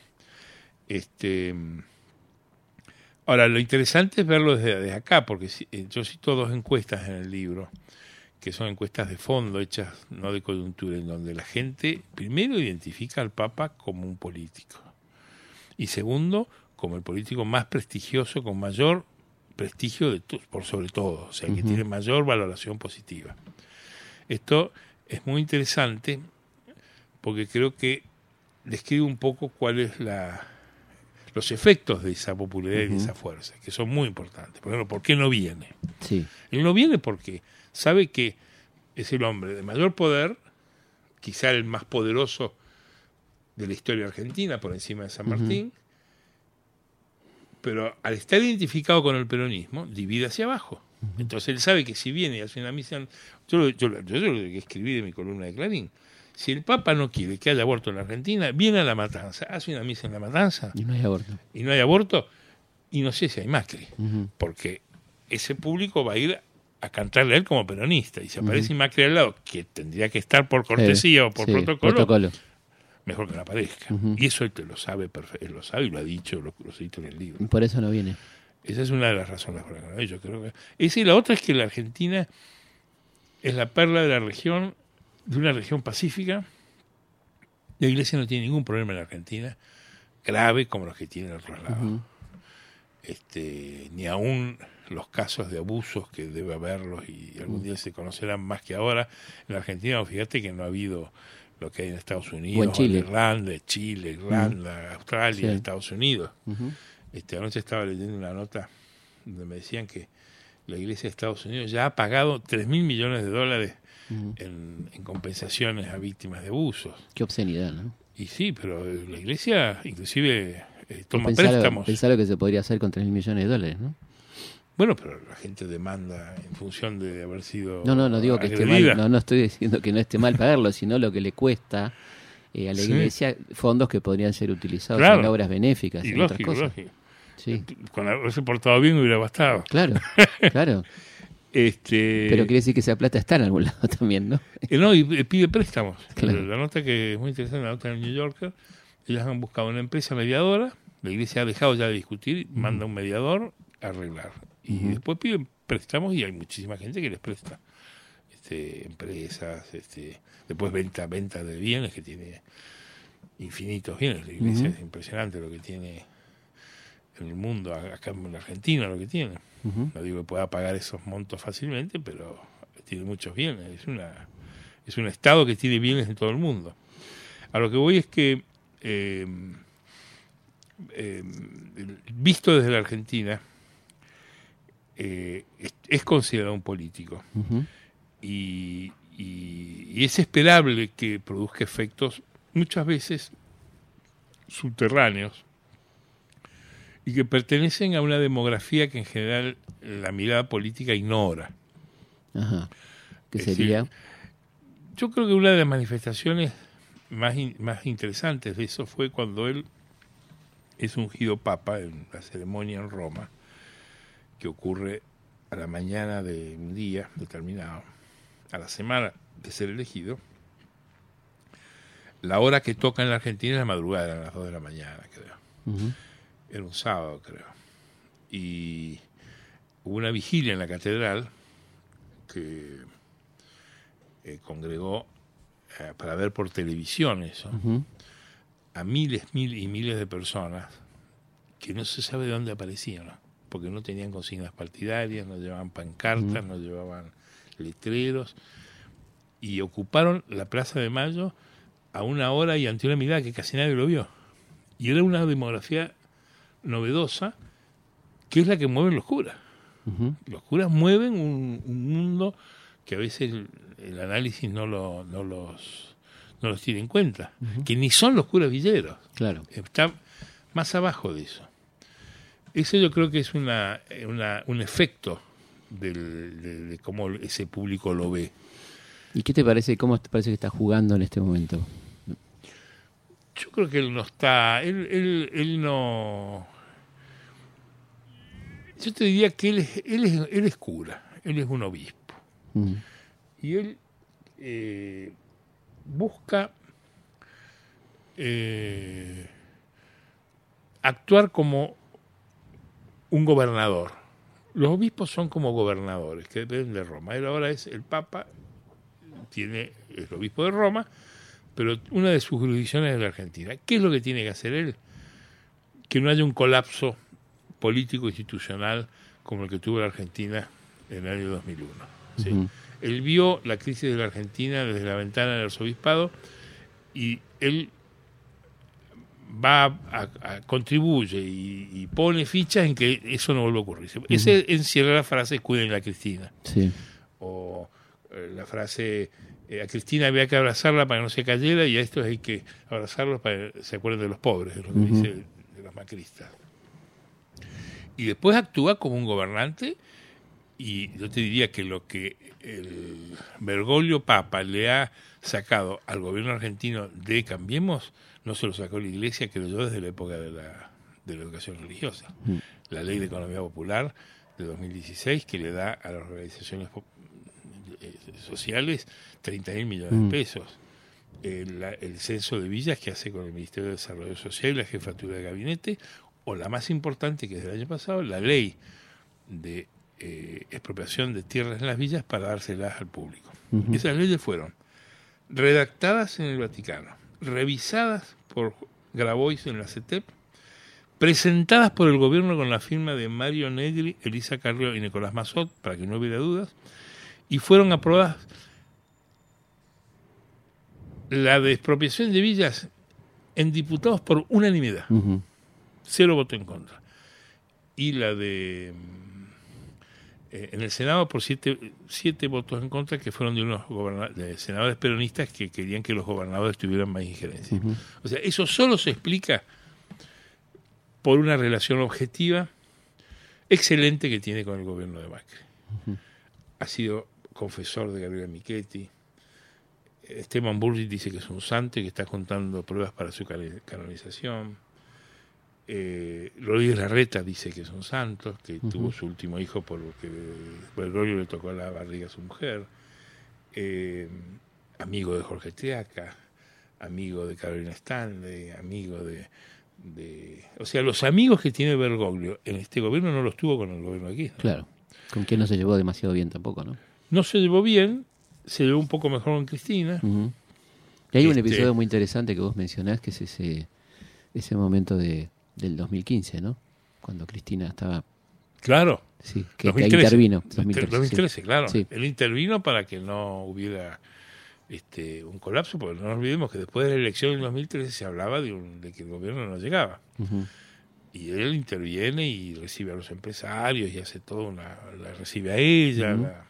Ahora, lo interesante es verlo desde acá, porque yo cito 2 encuestas en el libro, que son encuestas de fondo, hechas no de coyuntura, en donde la gente primero identifica al Papa como un político, y segundo, como el político más prestigioso, con mayor prestigio por sobre todo, o sea, que Ujú. tiene mayor valoración positiva. Esto es muy interesante porque creo que describe un poco cuáles los efectos de esa popularidad y de Ujú. esa fuerza, que son muy importantes. Por ejemplo, ¿por qué no viene? Sí. Él no viene porque sabe que es el hombre de mayor poder, quizá el más poderoso de la historia argentina, por encima de San Martín, pero al estar identificado con el peronismo, divide hacia abajo. Entonces él sabe que si viene y hace una misa, yo lo que escribí de mi columna de Clarín, si el Papa no quiere que haya aborto en la Argentina, viene a La Matanza, hace una misa en La Matanza, Y no hay aborto. y no hay aborto, y no sé si hay Macri, Ujú. porque ese público va a ir a cantarle a él como peronista, y si aparece Macri al lado, que tendría que estar por cortesía o por Sí, protocolo, mejor que no aparezca. Ujú. Y eso él te lo sabe, él lo sabe y lo ha dicho, lo cito en el libro. Y por eso no viene. Esa es una de las razones por las que no hay. Yo creo que esa, y la otra es que la Argentina es la perla de la región, de una región pacífica. La Iglesia no tiene ningún problema en la Argentina grave como los que tienen en otros lados. Ujú. Ni aún los casos de abusos, que debe haberlos y algún día se conocerán más que ahora. En la Argentina, fíjate que no ha habido lo que hay en Estados Unidos, O en Chile. Chile, Irlanda, Australia, Sí. Estados Unidos. Ujú. Anoche estaba leyendo una nota donde me decían que la Iglesia de Estados Unidos ya ha pagado $3.000 millones Ujú. en compensaciones a víctimas de abusos. Qué obscenidad, ¿no? Y sí, pero la Iglesia inclusive toma Pensá préstamos. lo que se podría hacer con $3.000 millones, ¿no? Bueno, pero la gente demanda en función de haber sido No digo que esté agredida. mal, no estoy diciendo que no esté mal pagarlo, sino lo que le cuesta a la Sí. Iglesia fondos que podrían ser utilizados Claro. en obras benéficas, Y en otras lógico, cosas. lógico. Sí, Con haberse portado bien hubiera bastado. claro, claro. Pero quiere decir que esa plata está en algún lado también, ¿no? No, y pide préstamos. Claro. La nota que es muy interesante, la nota del New Yorker, ellos han buscado una empresa mediadora, la Iglesia ha dejado ya de discutir, manda un mediador a arreglar. Y Ujú. después piden préstamos y hay muchísima gente que les presta. Empresas, después venta de bienes, que tiene infinitos bienes. La Iglesia Ujú. es impresionante lo que tiene en el mundo, acá en la Argentina lo que tiene. Ujú. No digo que pueda pagar esos montos fácilmente, pero tiene muchos bienes. Es un Estado que tiene bienes en todo el mundo. A lo que voy es que, visto desde la Argentina, es considerado un político. Ujú. Y es esperable que produzca efectos muchas veces subterráneos y que pertenecen a una demografía que en general la mirada política ignora. Ajá. ¿Qué Es sería? decir, yo creo que una de las manifestaciones más interesantes de eso fue cuando él es ungido papa en la ceremonia en Roma, que ocurre a la mañana de un día determinado, a la semana de ser elegido. La hora que toca en la Argentina es la madrugada, eran las 2 de la mañana, creo. Ujú. Era un sábado, creo. Y hubo una vigilia en la catedral que congregó para ver por televisión eso, a miles y miles de personas que no se sabe de dónde aparecían, ¿no? Porque no tenían consignas partidarias, no llevaban pancartas, no llevaban letreros, y ocuparon la Plaza de Mayo a una hora y ante una mirada que casi nadie lo vio. Y era una demografía novedosa, que es la que mueven los curas. Los curas mueven un mundo que a veces el análisis no los tiene en cuenta, que ni son los curas villeros. Claro. Está más abajo de eso. Eso yo creo que es un efecto de cómo ese público lo ve. ¿Y qué te parece? ¿Cómo te parece que está jugando en este momento? Yo creo que él no está, él no. Yo te diría que él es cura, él es un obispo. Y él busca actuar como un gobernador. Los obispos son como gobernadores que dependen de Roma. Él ahora es el Papa, es el obispo de Roma, pero una de sus jurisdicciones es la Argentina. ¿Qué es lo que tiene que hacer él? Que no haya un colapso político institucional como el que tuvo la Argentina en el año 2001. ¿Sí? Él vio la crisis de la Argentina desde la ventana del arzobispado y él contribuye y pone fichas en que eso no vuelva a ocurrir. Ese encierra la frase "cuiden a Cristina". Sí. O la frase "a Cristina había que abrazarla para que no se cayera y a estos hay que abrazarlos para que se acuerden de los pobres", es lo que dice de los macristas. Y después actúa como un gobernante, y yo te diría que lo que el Bergoglio Papa le ha sacado al gobierno argentino de Cambiemos, no se lo sacó la Iglesia, que lo dio desde la época de la educación religiosa. La Ley de Economía Popular de 2016, que le da a las organizaciones sociales 30.000 millones de pesos. El censo de villas que hace con el Ministerio de Desarrollo Social y la Jefatura de Gabinete, o la más importante, que es del año pasado, la Ley de expropiación de tierras en las villas para dárselas al público. Esas leyes fueron redactadas en el Vaticano, revisadas por Grabois en la CETEP, presentadas por el gobierno con la firma de Mario Negri, Elisa Carrió y Nicolás Massot, para que no hubiera dudas, y fueron aprobadas. La de expropiación de villas en diputados por unanimidad, 0 voto en contra, y la de en el Senado por 7 votos en contra, que fueron de unos senadores peronistas que querían que los gobernadores tuvieran más injerencia. O sea, eso solo se explica por una relación objetiva excelente que tiene con el gobierno de Macri. Ha sido confesor de Gabriela Michetti. Esteban Bullrich dice que es un santo y que está contando pruebas para su canonización. Rodríguez Larreta dice que es un santo, que tuvo su último hijo porque Bergoglio le tocó la barriga a su mujer. Amigo de Jorge Triaca, amigo de Carolina Stanley, amigo o sea, los amigos que tiene Bergoglio en este gobierno no los tuvo con el gobierno de Kirchner. Claro, con quien no se llevó demasiado bien tampoco, ¿no? No se llevó bien, se llevó un poco mejor con Cristina. Y hay un episodio muy interesante que vos mencionás, que es ese momento del 2015, ¿no? Cuando Cristina estaba... Claro. Sí, que intervino. 2013, claro. Sí. Él intervino para que no hubiera un colapso, porque no nos olvidemos que después de la elección del 2013 se hablaba de que el gobierno no llegaba. Y él interviene y recibe a los empresarios y hace todo la recibe a ella.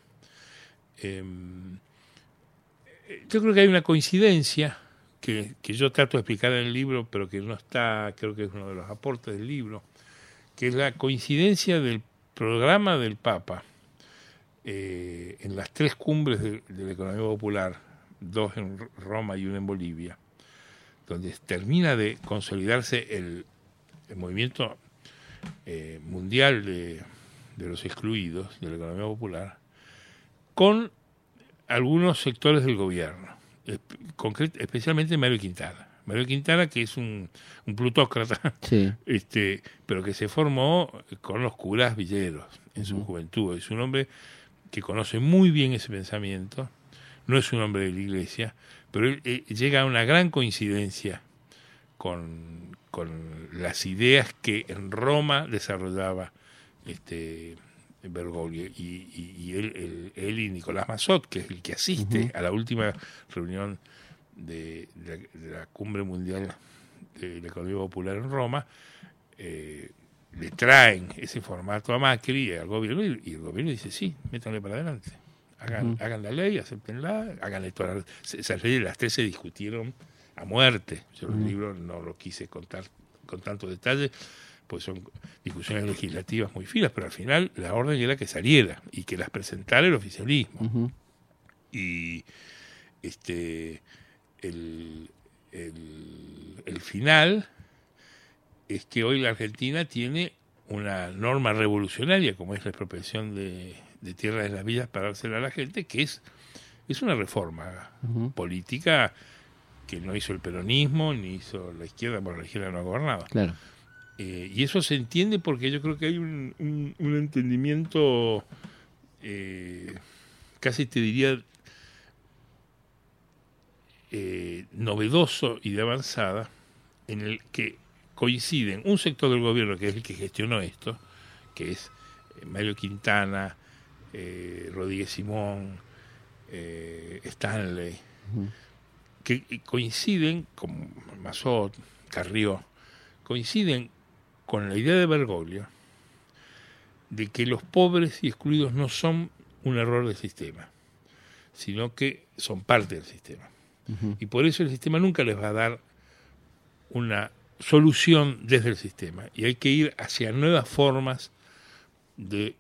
Yo creo que hay una coincidencia que yo trato de explicar en el libro, pero que no está, creo que es uno de los aportes del libro, que es la coincidencia del programa del Papa en las 3 cumbres de la economía popular, 2 en Roma y 1 en Bolivia, donde termina de consolidarse el movimiento mundial de los excluidos de la economía popular, con algunos sectores del gobierno, especialmente Mario Quintana. Mario Quintana, que es un plutócrata, sí. Pero que se formó con los curas villeros en su juventud. Es un hombre que conoce muy bien ese pensamiento, no es un hombre de la Iglesia, pero él llega a una gran coincidencia con las ideas que en Roma desarrollaba Bergoglio, y él y Nicolás Massot, que es el que asiste a la última reunión de la Cumbre Mundial de la Economía Popular en Roma, le traen ese formato a Macri y al gobierno, y el gobierno dice, sí, métanle para adelante, hagan la ley, acéptenla, háganle todas esas leyes. Las tres se discutieron a muerte. Yo el libro no lo quise contar con tanto detalle, pues son discusiones legislativas muy finas, pero al final la orden era que saliera y que las presentara el oficialismo. Y el final es que hoy la Argentina tiene una norma revolucionaria como es la expropiación de tierras de las villas para dársela a la gente, que es una reforma política que no hizo el peronismo ni hizo la izquierda, porque la izquierda no ha gobernado. Claro. Y eso se entiende porque yo creo que hay un entendimiento, casi te diría, novedoso y de avanzada, en el que coinciden un sector del gobierno, que es el que gestionó esto, que es Mario Quintana, Rodríguez Simón, Stanley, que coinciden con Massot, Carrió, coinciden con la idea de Bergoglio de que los pobres y excluidos no son un error del sistema, sino que son parte del sistema. Y por eso el sistema nunca les va a dar una solución desde el sistema. Y hay que ir hacia nuevas formas de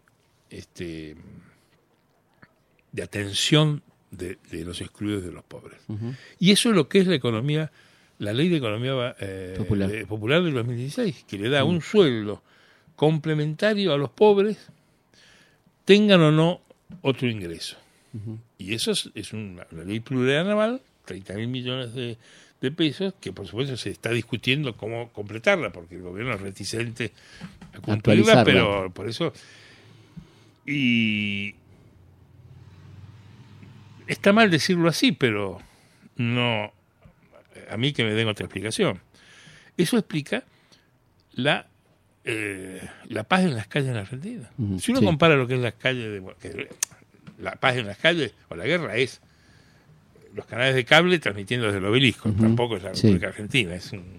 atención de los excluidos, de los pobres. Y eso es lo que es la economía, la ley de economía popular del 2016, que le da un sueldo complementario a los pobres, tengan o no otro ingreso. Y eso es una ley plurianual, 30.000 millones de pesos, que por supuesto se está discutiendo cómo completarla, porque el gobierno es reticente a cumplirla, pero por eso... Y está mal decirlo así, pero no, a mí que me den otra explicación. Eso explica la paz en las calles en Argentina. Si uno compara lo que es las calles, la paz en las calles o la guerra es los canales de cable transmitiendo desde el Obelisco, tampoco es la República Argentina,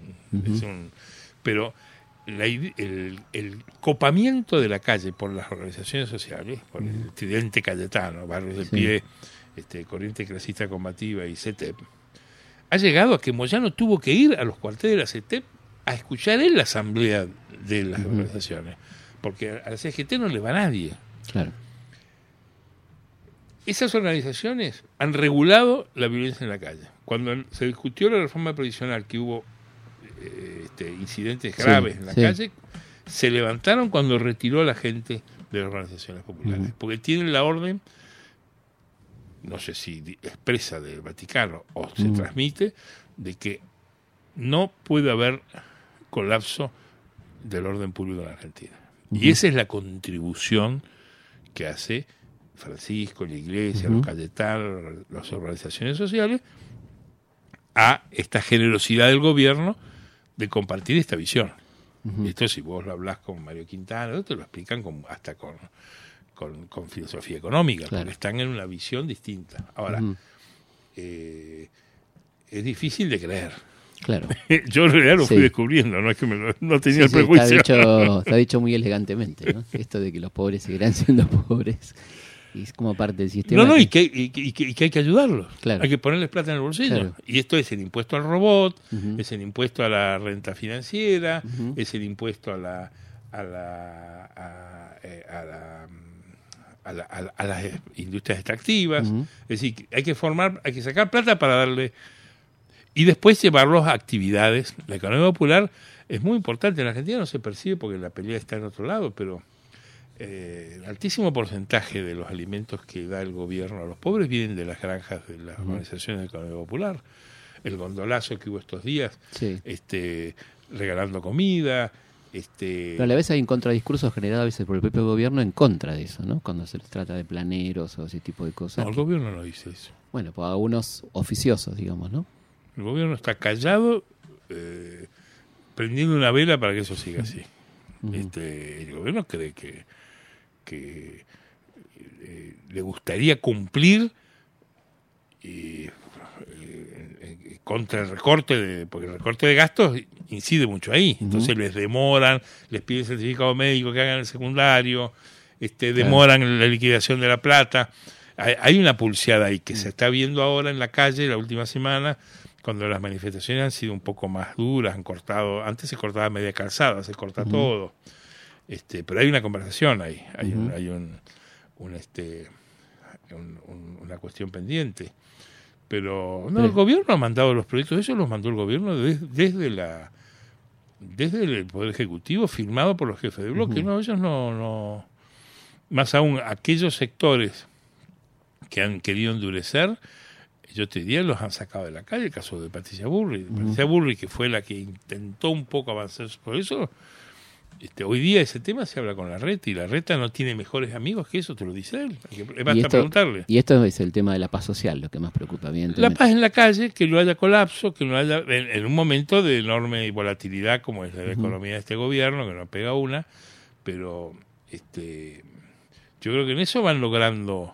pero el copamiento de la calle por las organizaciones sociales, por el Tridente Cayetano, Barrios de Pie, Corriente Clasista Combativa y CETEP, ha llegado a que Moyano tuvo que ir a los cuarteles de la CETEP a escuchar en la asamblea de las organizaciones, porque a la CGT no le va nadie. Claro. Esas organizaciones han regulado la violencia en la calle. Cuando se discutió la reforma previsional, que hubo incidentes graves en la calle, se levantaron cuando retiró a la gente de las organizaciones populares, porque tienen la orden, no sé si expresa del Vaticano o se transmite, de que no puede haber colapso del orden público en la Argentina. Y esa es la contribución que hace Francisco, la Iglesia, los Cayetanos, las organizaciones sociales, a esta generosidad del gobierno de compartir esta visión. Esto, si vos lo hablás con Mario Quintana, te lo explican hasta con filosofía económica, porque están en una visión distinta. Ahora, es difícil de creer. Claro. Yo en realidad lo fui descubriendo, no es que no tenía el prejuicio. Está dicho muy elegantemente, ¿no? Esto de que los pobres seguirán siendo pobres. Y es como parte del sistema. No, y que hay que ayudarlos. Claro. Hay que ponerles plata en el bolsillo. Claro. Y esto es el impuesto al robot, es el impuesto a la renta financiera, es el impuesto a las industrias extractivas. Es decir, hay que sacar plata para darle, y después llevarlos a actividades. La economía popular es muy importante en Argentina, no se percibe porque la pelea está en otro lado, pero el altísimo porcentaje de los alimentos que da el gobierno a los pobres vienen de las granjas de las organizaciones de economía popular. El gondolazo que hubo estos días, regalando comida, Pero a la vez hay un contradiscurso generado a veces por el propio gobierno en contra de eso, ¿no? Cuando se trata de planeros o ese tipo de cosas. No, el gobierno no dice eso. Bueno, pues algunos oficiosos, digamos, ¿no? El gobierno está callado, prendiendo una vela para que eso siga así. El gobierno cree que le gustaría cumplir contra el recorte, porque el recorte de gastos incide mucho ahí. Entonces les demoran, les piden certificado médico que hagan el secundario, demoran la liquidación de la plata. Hay una pulseada ahí que se está viendo ahora en la calle la última semana, cuando las manifestaciones han sido un poco más duras, han cortado, antes se cortaba media calzada, se corta todo. Pero hay una conversación ahí, hay una cuestión pendiente. Pero no, el gobierno ha mandado los proyectos, eso los mandó el gobierno desde el Poder Ejecutivo, firmado por los jefes de bloque. No, ellos no, más aún aquellos sectores que han querido endurecer, yo te diría, los han sacado de la calle. El caso de Patricia Burri. Patricia Burri, que fue la que intentó un poco avanzar por eso. Hoy día ese tema se habla con Larreta, y Larreta no tiene mejores amigos que eso, te lo dice él. Basta preguntarle. Y esto es el tema de la paz social, lo que más preocupa. La paz en la calle, que no haya colapso, que no haya, en un momento de enorme volatilidad como es la economía de este gobierno, que no pega una, pero yo creo que en eso van logrando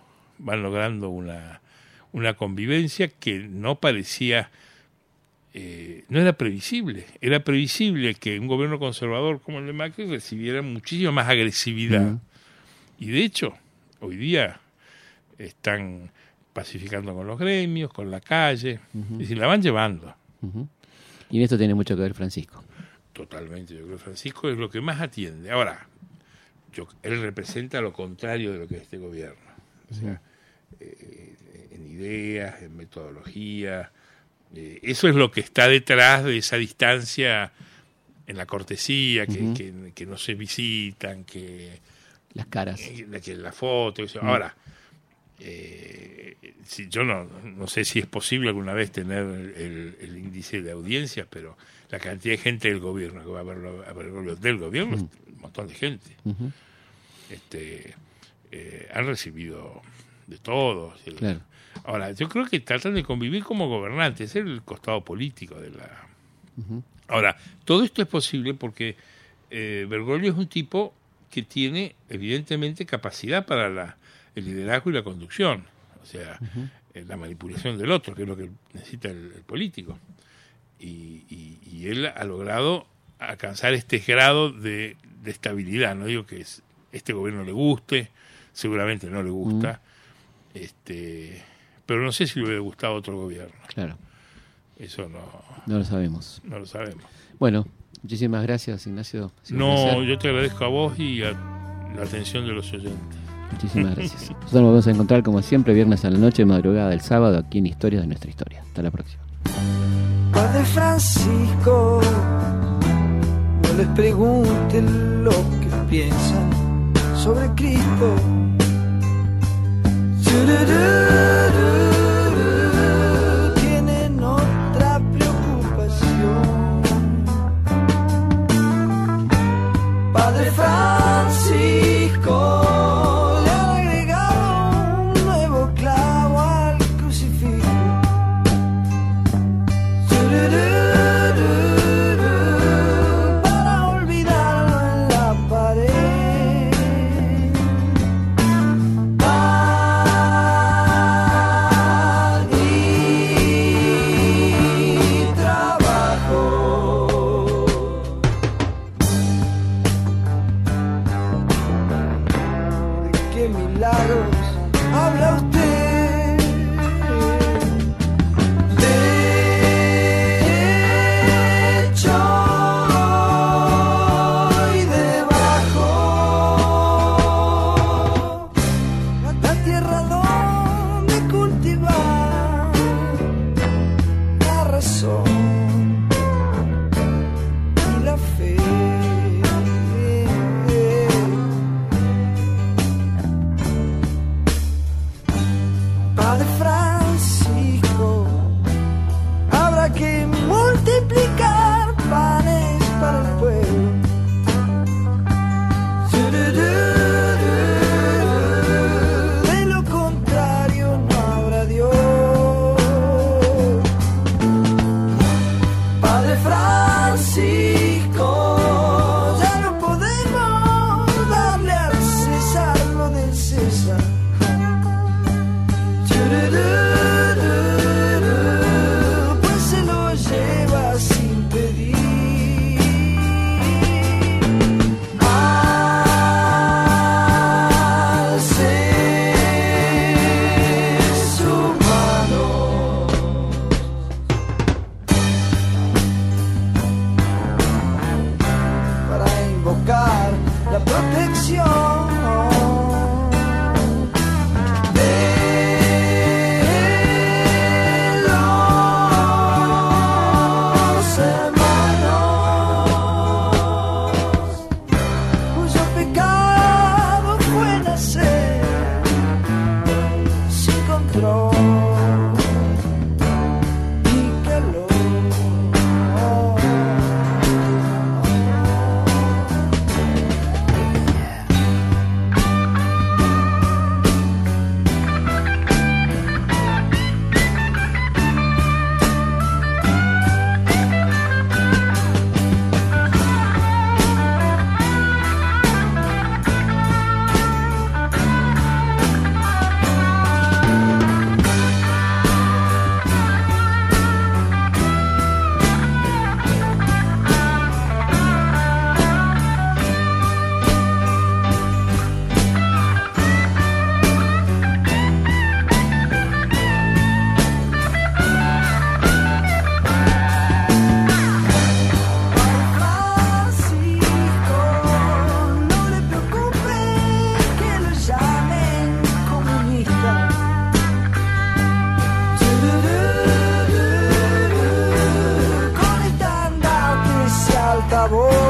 una convivencia que no parecía, no era previsible. Era previsible que un gobierno conservador como el de Macri recibiera muchísima más agresividad. Y de hecho, hoy día están pacificando con los gremios, con la calle, es decir, la van llevando. Y en esto tiene mucho que ver Francisco. Totalmente, yo creo que Francisco es lo que más atiende. Ahora, él representa lo contrario de lo que es este gobierno. O sea, en ideas, en metodología, eso es lo que está detrás de esa distancia en la cortesía, que no se visitan, que las caras, que la foto, eso. Ahora, yo no sé si es posible alguna vez tener el índice de audiencias, pero la cantidad de gente del gobierno que va a verlo del gobierno es un montón de gente. Han recibido de todo. Claro. Ahora, yo creo que tratan de convivir como gobernantes, es el costado político de la... Ahora, todo esto es posible porque Bergoglio es un tipo que tiene evidentemente capacidad para el liderazgo y la conducción, o sea, la manipulación del otro, que es lo que necesita el político. Y él ha logrado alcanzar este grado de estabilidad. No digo que este gobierno le guste, seguramente no le gusta, pero no sé si le hubiera gustado a otro gobierno. Claro. Eso no lo sabemos. No lo sabemos. Bueno, muchísimas gracias, Ignacio. No, yo te agradezco a vos y a la atención de los oyentes. Muchísimas gracias. Nosotros nos vamos a encontrar como siempre viernes a la noche, madrugada del sábado, aquí en Historias de Nuestra Historia. Hasta la próxima. Padre Francisco, no les pregunten lo que piensan sobre Cristo. Tienen otra preocupación. Padre Francisco le ha agregado un nuevo clavo al crucifijo. Para olvidarlo en la pared. Habla usted de hecho y debajo la tierra donde cultivar la razón y la fe. Padre Francisco, habrá que multiplicar panes para el pueblo favor.